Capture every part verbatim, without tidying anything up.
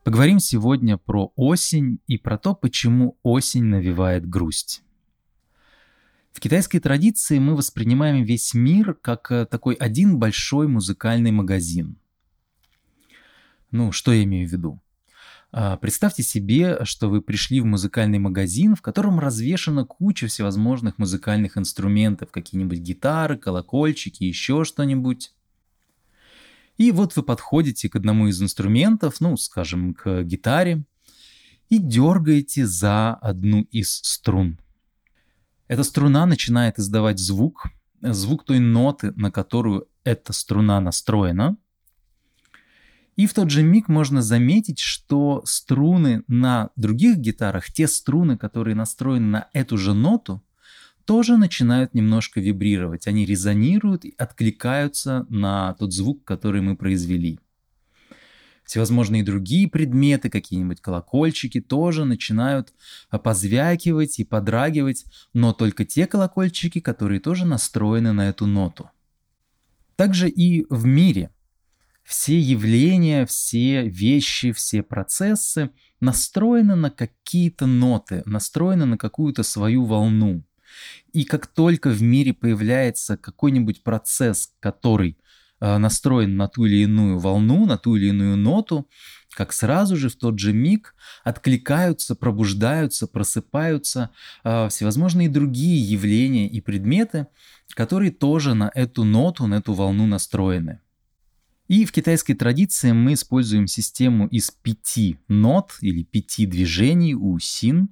Поговорим сегодня про осень и про то, почему осень навевает грусть. В китайской традиции мы воспринимаем весь мир как э, такой один большой музыкальный магазин. Ну, что я имею в виду? А, Представьте себе, что вы пришли в музыкальный магазин, в котором развешана куча всевозможных музыкальных инструментов, какие-нибудь гитары, колокольчики, еще что-нибудь. И вот вы подходите к одному из инструментов, ну, скажем, к гитаре, и дергаете за одну из струн. Эта струна начинает издавать звук, звук той ноты, на которую эта струна настроена. И в тот же миг можно заметить, что струны на других гитарах, те струны, которые настроены на эту же ноту, тоже начинают немножко вибрировать. Они резонируют и откликаются на тот звук, который мы произвели. Всевозможные другие предметы, какие-нибудь колокольчики, тоже начинают позвякивать и подрагивать, но только те колокольчики, которые тоже настроены на эту ноту. Также и в мире. Все явления, все вещи, все процессы настроены на какие-то ноты, настроены на какую-то свою волну. И как только в мире появляется какой-нибудь процесс, который настроен на ту или иную волну, на ту или иную ноту, как сразу же в тот же миг откликаются, пробуждаются, просыпаются э, всевозможные другие явления и предметы, которые тоже на эту ноту, на эту волну настроены. И в китайской традиции мы используем систему из пяти нот или пяти движений у син.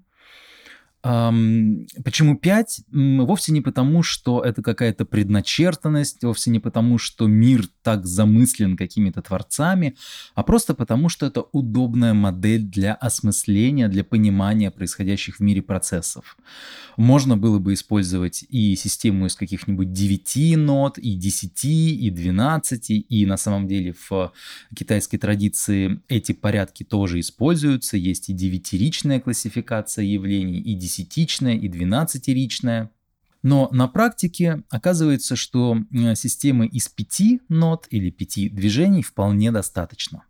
Почему пять? Вовсе не потому, что это какая-то предначертанность, вовсе не потому, что мир так замыслен какими-то творцами, а просто потому, что это удобная модель для осмысления, для понимания происходящих в мире процессов. Можно было бы использовать и систему из каких-нибудь девяти нот, и десяти, и двенадцати, и на самом деле в китайской традиции эти порядки тоже используются. Есть и девятиричная классификация явлений, и десятиричная, десятичная и двенадцатиричная. Но на практике оказывается, что системы из пяти нот или пяти движений вполне достаточно.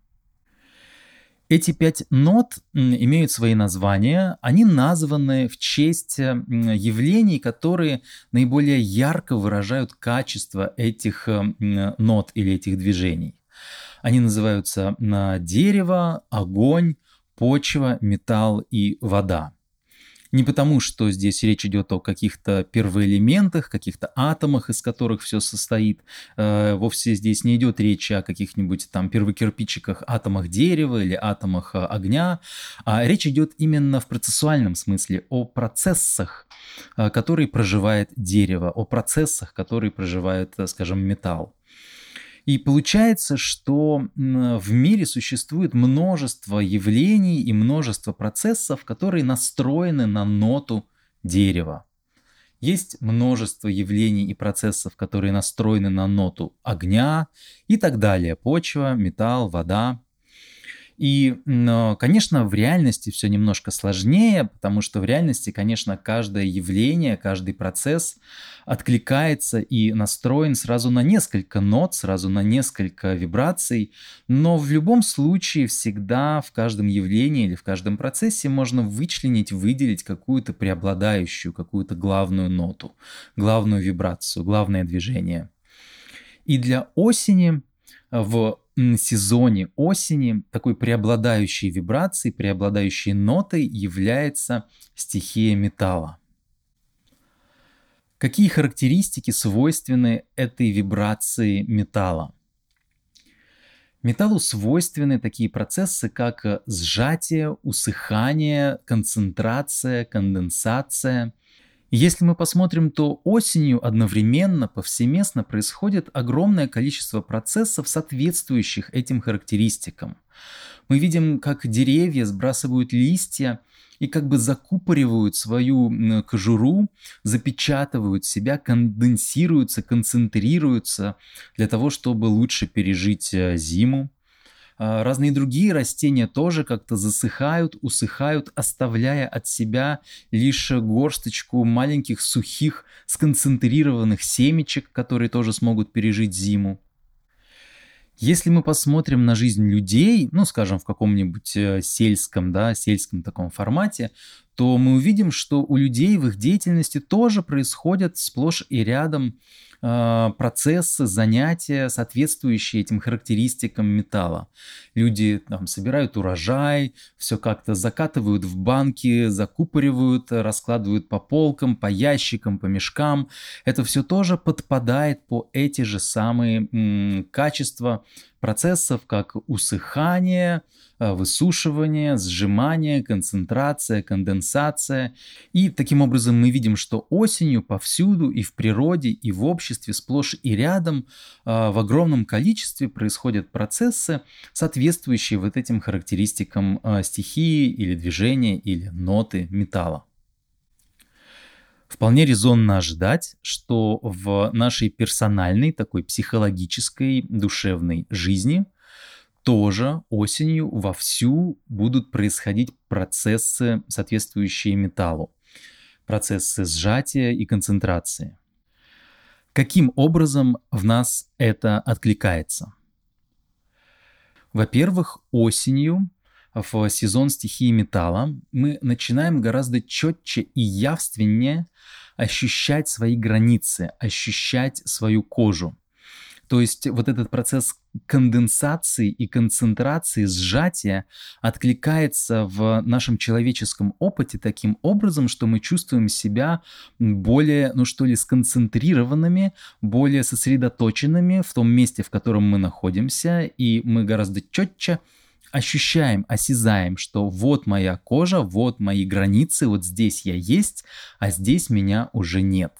Эти пять нот имеют свои названия, они названы в честь явлений, которые наиболее ярко выражают качество этих нот или этих движений. Они называются дерево, огонь, почва, металл и вода. Не потому, что здесь речь идет о каких-то первоэлементах, каких-то атомах, из которых все состоит. Э, вовсе здесь не идет речь о каких-нибудь там первокирпичиках, атомах дерева или атомах огня. А речь идет именно в процессуальном смысле о процессах, э, которые проживает дерево, о процессах, которые проживает, скажем, металл. И получается, что в мире существует множество явлений и множество процессов, которые настроены на ноту дерева. Есть множество явлений и процессов, которые настроены на ноту огня и так далее. Почва, металл, вода. И, конечно, в реальности все немножко сложнее, потому что в реальности, конечно, каждое явление, каждый процесс откликается и настроен сразу на несколько нот, сразу на несколько вибраций, но в любом случае всегда в каждом явлении или в каждом процессе можно вычленить, выделить какую-то преобладающую, какую-то главную ноту, главную вибрацию, главное движение. И для осени в сезоне осени такой преобладающей вибрацией, преобладающей нотой является стихия металла. Какие характеристики свойственны этой вибрации металла? Металлу свойственны такие процессы, как сжатие, усыхание, концентрация, конденсация. Если мы посмотрим, то осенью одновременно, повсеместно происходит огромное количество процессов, соответствующих этим характеристикам. Мы видим, как деревья сбрасывают листья и как бы закупоривают свою кожуру, запечатывают себя, конденсируются, концентрируются для того, чтобы лучше пережить зиму. Разные другие растения тоже как-то засыхают, усыхают, оставляя от себя лишь горсточку маленьких сухих сконцентрированных семечек, которые тоже смогут пережить зиму. Если мы посмотрим на жизнь людей, ну, скажем, в каком-нибудь э, сельском, да, сельском таком формате, то мы увидим, что у людей в их деятельности тоже происходят сплошь и рядом э, процессы, занятия, соответствующие этим характеристикам металла. Люди там собирают урожай, все как-то закатывают в банки, закупоривают, раскладывают по полкам, по ящикам, по мешкам. Это все тоже подпадает по эти же самые м, качества процессов, как усыхание, э, высушивание, сжимание, концентрация, конденсация. И таким образом мы видим, что осенью повсюду и в природе, и в обществе сплошь и рядом э, в огромном количестве происходят процессы, соответствующие вот этим характеристикам э, стихии или движения или ноты металла. Вполне резонно ожидать, что в нашей персональной, такой психологической, душевной жизни тоже осенью вовсю будут происходить процессы, соответствующие металлу, процессы сжатия и концентрации. Каким образом в нас это откликается? Во-первых, осенью в сезон стихии металла мы начинаем гораздо четче и явственнее ощущать свои границы, ощущать свою кожу. То есть вот этот процесс конденсации и концентрации, сжатия откликается в нашем человеческом опыте таким образом, что мы чувствуем себя более, ну что ли, сконцентрированными, более сосредоточенными в том месте, в котором мы находимся, и мы гораздо четче ощущаем, осязаем, что вот моя кожа, вот мои границы, вот здесь я есть, а здесь меня уже нет.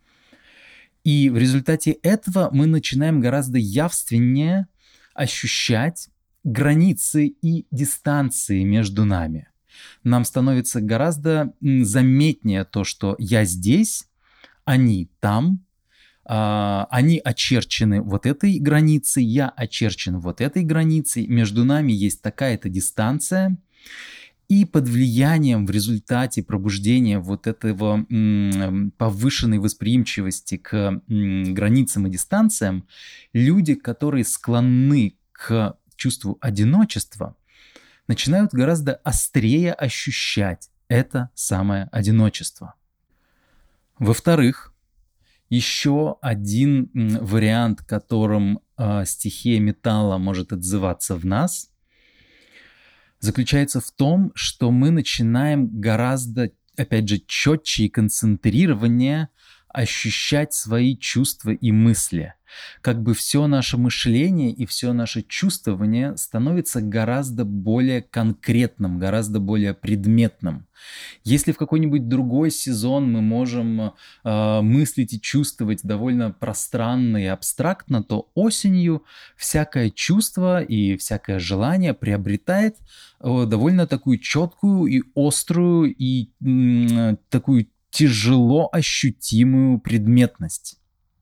И в результате этого мы начинаем гораздо явственнее ощущать границы и дистанции между нами. Нам становится гораздо заметнее то, что я здесь, они там, они очерчены вот этой границей, я очерчен вот этой границей, между нами есть такая-то дистанция, и под влиянием в результате пробуждения вот этого м, повышенной восприимчивости к м, границам и дистанциям, люди, которые склонны к чувству одиночества, начинают гораздо острее ощущать это самое одиночество. Во-вторых, еще один вариант, которым э, стихия металла может отзываться в нас, заключается в том, что мы начинаем гораздо, опять же, четче и концентрированнее ощущать свои чувства и мысли. Как бы все наше мышление и все наше чувствование становится гораздо более конкретным, гораздо более предметным. Если в какой-нибудь другой сезон мы можем э, мыслить и чувствовать довольно пространно и абстрактно, то осенью всякое чувство и всякое желание приобретает э, довольно такую четкую и острую и э, такую тяжело ощутимую предметность.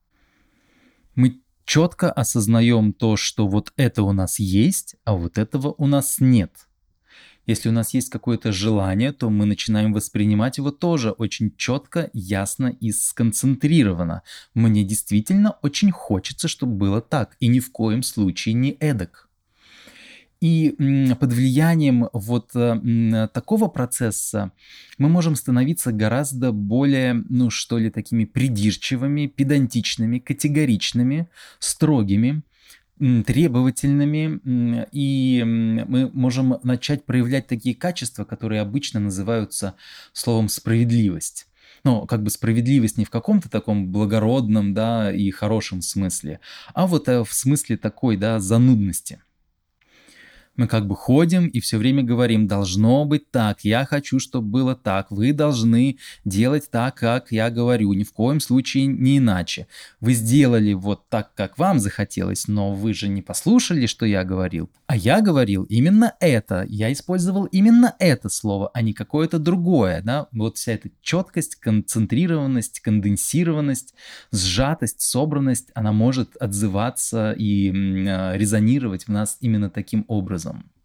Мы четко осознаем то, что вот это у нас есть, а вот этого у нас нет. Если у нас есть какое-то желание, то мы начинаем воспринимать его тоже очень четко, ясно и сконцентрированно. Мне действительно очень хочется, чтобы было так, и ни в коем случае не эдак. И под влиянием вот такого процесса мы можем становиться гораздо более, ну что ли, такими придирчивыми, педантичными, категоричными, строгими, требовательными, и мы можем начать проявлять такие качества, которые обычно называются словом «справедливость». Ну, как бы справедливость не в каком-то таком благородном, да, и хорошем смысле, а вот в смысле такой, да, занудности. Мы как бы ходим и все время говорим: должно быть так, я хочу, чтобы было так, вы должны делать так, как я говорю, ни в коем случае не иначе. Вы сделали вот так, как вам захотелось, но вы же не послушали, что я говорил. А я говорил именно это, я использовал именно это слово, а не какое-то другое. Да? Вот вся эта четкость, концентрированность, конденсированность, сжатость, собранность, она может отзываться и резонировать в нас именно таким образом.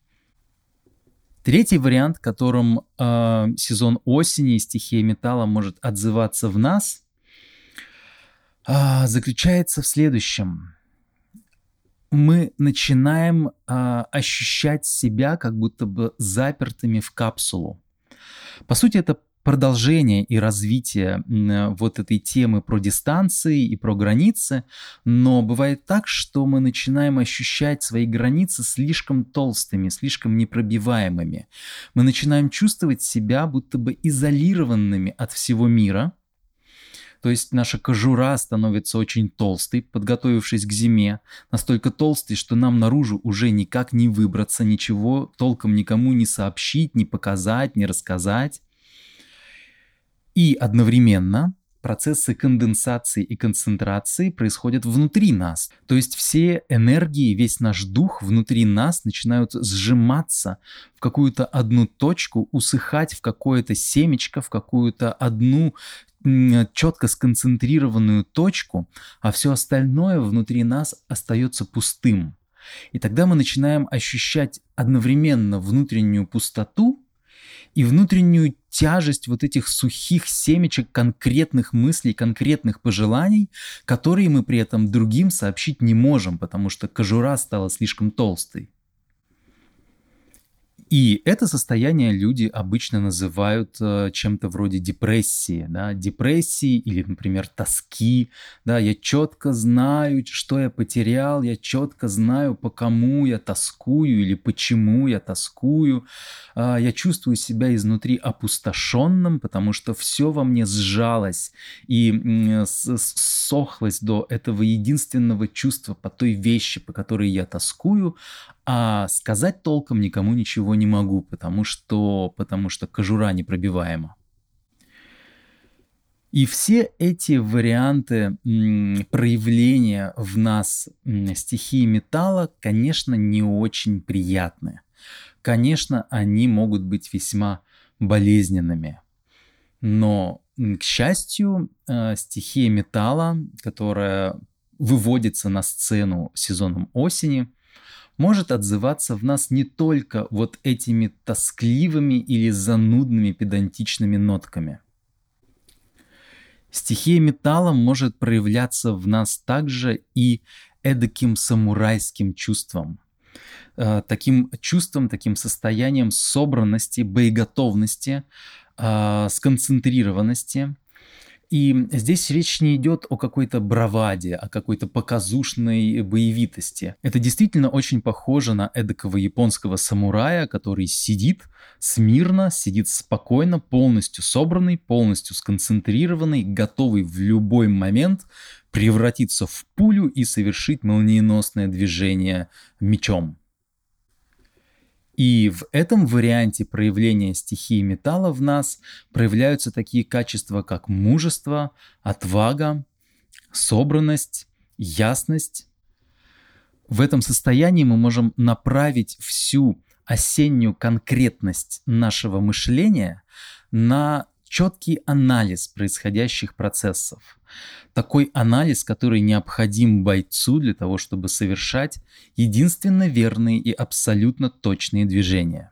Третий вариант, которым э, сезон осени и стихия металла может отзываться в нас, э, заключается в следующем. мы начинаем а, ощущать себя как будто бы запертыми в капсулу. По сути, это продолжение и развитие м, вот этой темы про дистанции и про границы, но бывает так, что мы начинаем ощущать свои границы слишком толстыми, слишком непробиваемыми. Мы начинаем чувствовать себя будто бы изолированными от всего мира. То есть наша кожура становится очень толстой, подготовившись к зиме, настолько толстой, что нам наружу уже никак не выбраться, ничего толком никому не сообщить, не показать, не рассказать. И одновременно процессы конденсации и концентрации происходят внутри нас. То есть все энергии, весь наш дух внутри нас начинают сжиматься в какую-то одну точку, усыхать в какое-то семечко, в какую-то одну четко сконцентрированную точку, а все остальное внутри нас остается пустым. И тогда мы начинаем ощущать одновременно внутреннюю пустоту и внутреннюю тяжесть вот этих сухих семечек конкретных мыслей, конкретных пожеланий, которые мы при этом другим сообщить не можем, потому что кожура стала слишком толстой. И это состояние люди обычно называют э, чем-то вроде депрессии, да, депрессии или, например, тоски, да, я четко знаю, что я потерял, я четко знаю, по кому я тоскую или почему я тоскую, э, я чувствую себя изнутри опустошенным, потому что все во мне сжалось и э, ссохлось до этого единственного чувства по той вещи, по которой я тоскую, а сказать толком никому ничего не могу, потому что, потому что кожура непробиваема. И все эти варианты м, проявления в нас м, стихии металла, конечно, не очень приятны. Конечно, они могут быть весьма болезненными. Но, к счастью, э, стихия металла, которая выводится на сцену сезоном осени, может отзываться в нас не только вот этими тоскливыми или занудными педантичными нотками. Стихия металла может проявляться в нас также и эдаким самурайским чувством. Таким чувством, таким состоянием собранности, боеготовности, сконцентрированности. И здесь речь не идет о какой-то браваде, о какой-то показушной боевитости. Это действительно очень похоже на эдакого японского самурая, который сидит смирно, сидит спокойно, полностью собранный, полностью сконцентрированный, готовый в любой момент превратиться в пулю и совершить молниеносное движение мечом. И в этом варианте проявления стихии металла в нас проявляются такие качества, как мужество, отвага, собранность, ясность. В этом состоянии мы можем направить всю осеннюю конкретность нашего мышления на четкий анализ происходящих процессов. Такой анализ, который необходим бойцу для того, чтобы совершать единственно верные и абсолютно точные движения.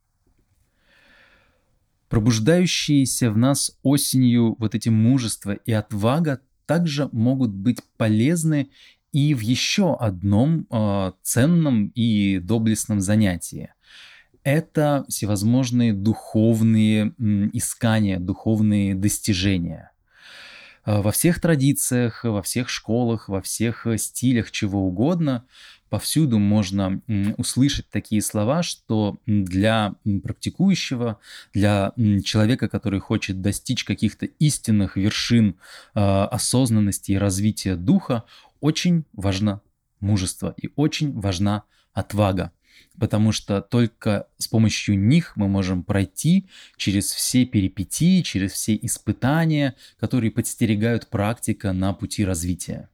Пробуждающиеся в нас осенью вот эти мужество и отвага также могут быть полезны и в еще одном э, ценном и доблестном занятии. Это всевозможные духовные м, искания, духовные достижения. Во всех традициях, во всех школах, во всех стилях чего угодно, повсюду можно услышать такие слова, что для практикующего, для человека, который хочет достичь каких-то истинных вершин осознанности и развития духа, очень важно мужество и очень важна отвага. Потому что только с помощью них мы можем пройти через все перипетии, через все испытания, которые подстерегают практика на пути развития.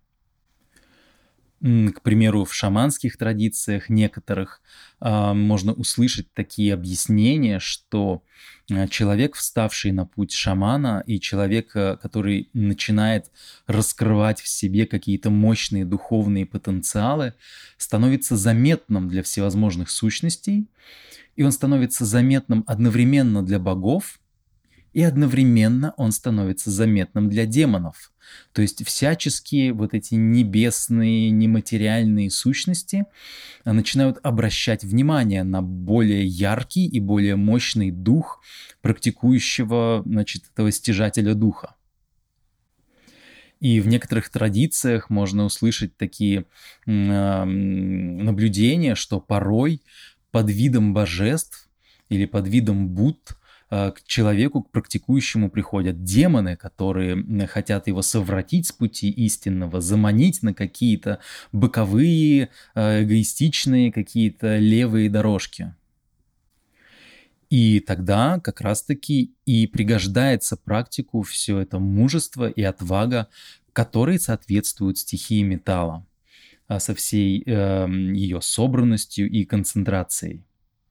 К примеру, в шаманских традициях некоторых э, можно услышать такие объяснения, что человек, вставший на путь шамана, и человек, который начинает раскрывать в себе какие-то мощные духовные потенциалы, становится заметным для всевозможных сущностей, и он становится заметным одновременно для богов и одновременно он становится заметным для демонов. То есть всяческие вот эти небесные, нематериальные сущности начинают обращать внимание на более яркий и более мощный дух практикующего, значит, этого стяжателя духа. И в некоторых традициях можно услышать такие э, наблюдения, что порой под видом божеств или под видом Будд к человеку, к практикующему приходят демоны, которые хотят его совратить с пути истинного, заманить на какие-то боковые, эгоистичные, какие-то левые дорожки. И тогда как раз-таки и пригождается практику все это мужество и отвага, которые соответствуют стихии металла со всей э, ее собранностью и концентрацией.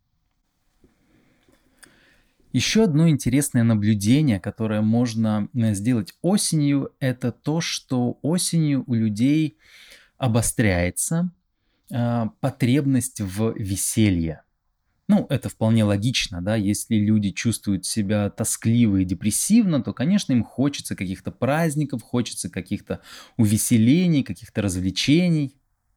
Еще одно интересное наблюдение, которое можно сделать осенью, это то, что осенью у людей обостряется э, потребность в веселье. Ну, это вполне логично, да, если люди чувствуют себя тоскливо и депрессивно, то, конечно, им хочется каких-то праздников, хочется каких-то увеселений, каких-то развлечений.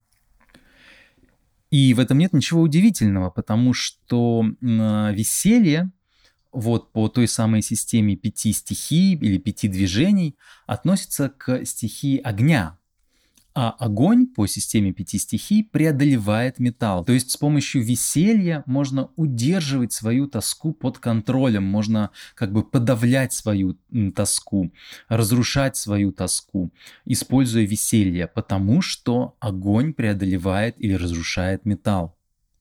И в этом нет ничего удивительного, потому что э, веселье, вот по той самой системе пяти стихий или пяти движений, относится к стихии огня. А огонь по системе пяти стихий преодолевает металл. То есть с помощью веселья можно удерживать свою тоску под контролем, можно как бы подавлять свою тоску, разрушать свою тоску, используя веселье, потому что огонь преодолевает или разрушает металл.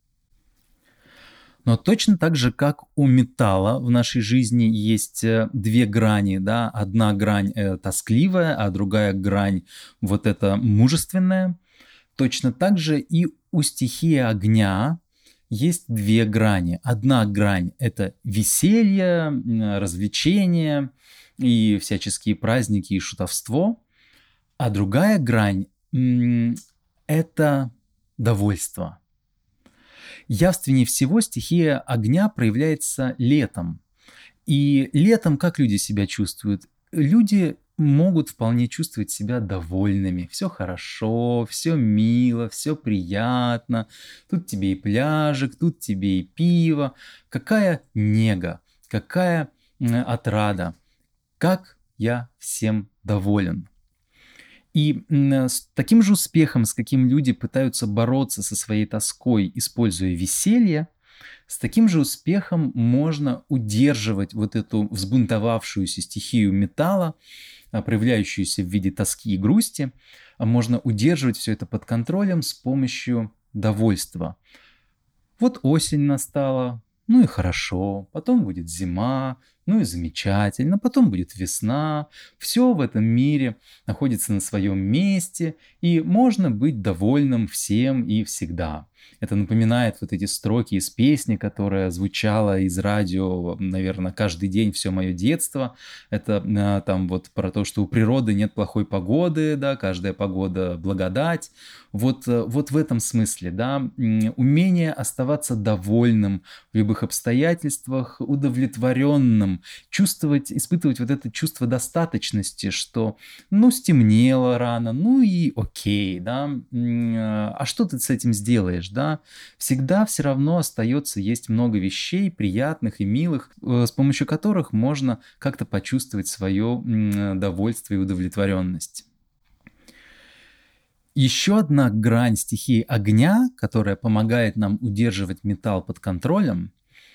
Но точно так же, как у металла в нашей жизни есть две грани, да, одна грань э, тоскливая, а другая грань вот эта мужественная, точно так же и у стихии огня есть две грани. Одна грань – это веселье, развлечения и всяческие праздники и шутовство, а другая грань – это довольство. Явственнее всего стихия огня проявляется летом. И летом как люди себя чувствуют? Люди могут вполне чувствовать себя довольными. Все хорошо, все мило, все приятно. Тут тебе и пляжик, тут тебе и пиво. Какая нега, какая отрада. Как я всем доволен. И с таким же успехом, с каким люди пытаются бороться со своей тоской, используя веселье, с таким же успехом можно удерживать вот эту взбунтовавшуюся стихию металла, проявляющуюся в виде тоски и грусти, можно удерживать все это под контролем с помощью довольства. Вот осень настала, ну и хорошо, потом будет зима, ну и замечательно, потом будет весна. Все в этом мире находится на своем месте, и можно быть довольным всем и всегда. Это напоминает вот эти строки из песни, которая звучала из радио, наверное, каждый день все мое детство. Это там вот про то, что у природы нет плохой погоды, да, каждая погода благодать. Вот, вот в этом смысле, да, умение оставаться довольным в любых обстоятельствах, удовлетворенным, чувствовать, испытывать вот это чувство достаточности, что, ну, стемнело рано, ну и окей, да, а что ты с этим сделаешь, да? Всегда все равно остается, есть много вещей приятных и милых, с помощью которых можно как-то почувствовать свое довольство и удовлетворенность. Еще одна грань стихии огня, которая помогает нам удерживать металл под контролем,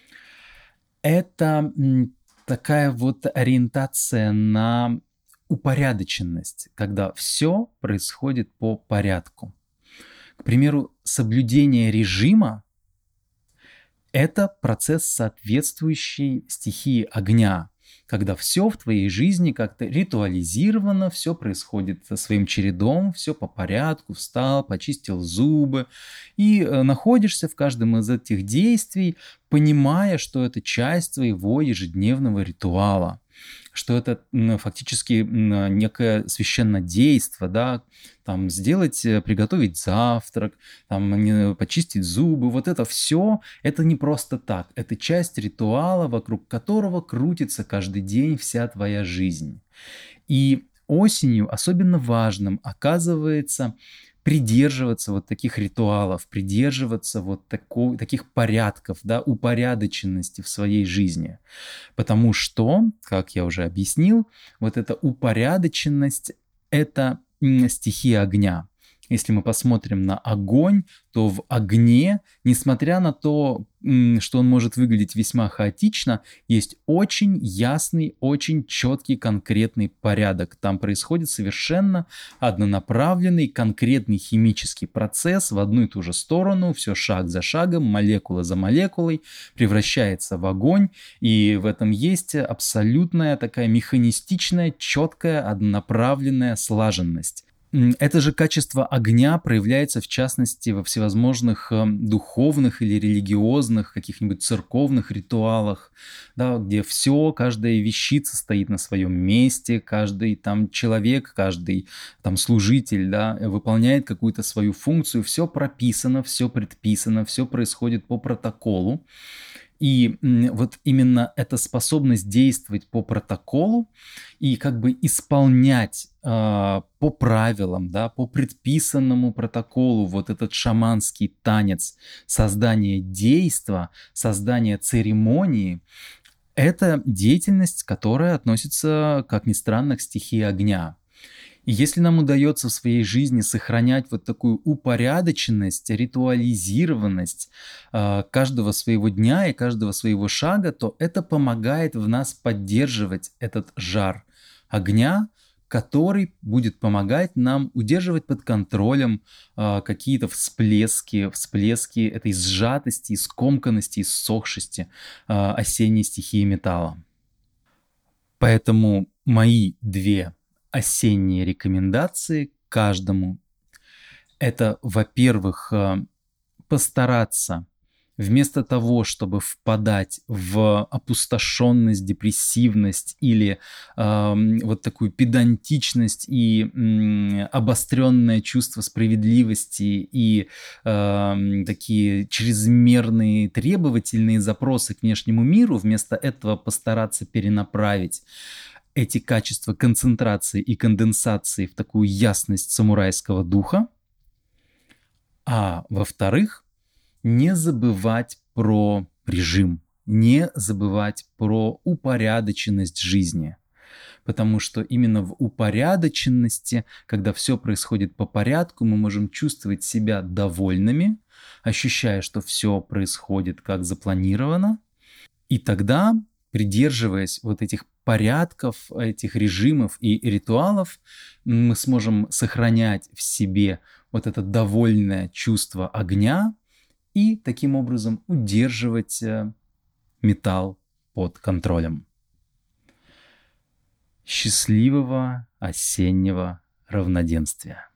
это такая вот ориентация на упорядоченность, когда все происходит по порядку. К примеру, соблюдение режима – это процесс, соответствующий стихии огня, когда все в твоей жизни как-то ритуализировано, все происходит своим чередом, все по порядку, встал, почистил зубы, и находишься в каждом из этих действий, понимая, что это часть твоего ежедневного ритуала, что это м, фактически м, некое священнодейство, да, там сделать, э, приготовить завтрак, там не- почистить зубы, вот это все, это не просто так, это часть ритуала, вокруг которого крутится каждый день вся твоя жизнь. И осенью особенно важным оказывается придерживаться вот таких ритуалов, придерживаться вот тако, таких порядков, да, упорядоченности в своей жизни. Потому что, как я уже объяснил, вот эта упорядоченность — это м, стихия огня. Если мы посмотрим на огонь, то в огне, несмотря на то, м, что он может выглядеть весьма хаотично, есть очень ясный, очень четкий, конкретный порядок. Там происходит совершенно однонаправленный, конкретный химический процесс в одну и ту же сторону, все шаг за шагом, молекула за молекулой превращается в огонь, и в этом есть абсолютная такая механистичная, четкая, однонаправленная слаженность. Это же качество огня проявляется, в частности, во всевозможных э, духовных или религиозных, каких-нибудь церковных ритуалах, да, где все, каждая вещица стоит на своем месте, каждый там человек, каждый там служитель, да, выполняет какую-то свою функцию, все прописано, все предписано, все происходит по протоколу. И вот именно эта способность действовать по протоколу и как бы исполнять э, по правилам, да, по предписанному протоколу вот этот шаманский танец создания действа, создания церемонии, это деятельность, которая относится, как ни странно, к стихии огня. И если нам удается в своей жизни сохранять вот такую упорядоченность, ритуализированность э, каждого своего дня и каждого своего шага, то это помогает в нас поддерживать этот жар огня, который будет помогать нам удерживать под контролем э, какие-то всплески, всплески этой сжатости, скомканности, иссохшести э, осенней стихии металла. Поэтому мои две осенние рекомендации каждому — это, во-первых, э, постараться вместо того, чтобы впадать в опустошенность, депрессивность или э, вот такую педантичность и м, обостренное чувство справедливости и э, такие чрезмерные требовательные запросы к внешнему миру, вместо этого постараться перенаправить эти качества концентрации и конденсации в такую ясность самурайского духа. А во-вторых, не забывать про режим, не забывать про упорядоченность жизни. Потому что именно в упорядоченности, когда все происходит по порядку, мы можем чувствовать себя довольными, ощущая, что все происходит как запланировано. И тогда, придерживаясь вот этих порядков, этих режимов и ритуалов, мы сможем сохранять в себе вот это довольное чувство огня и таким образом удерживать металл под контролем. Счастливого осеннего равноденствия!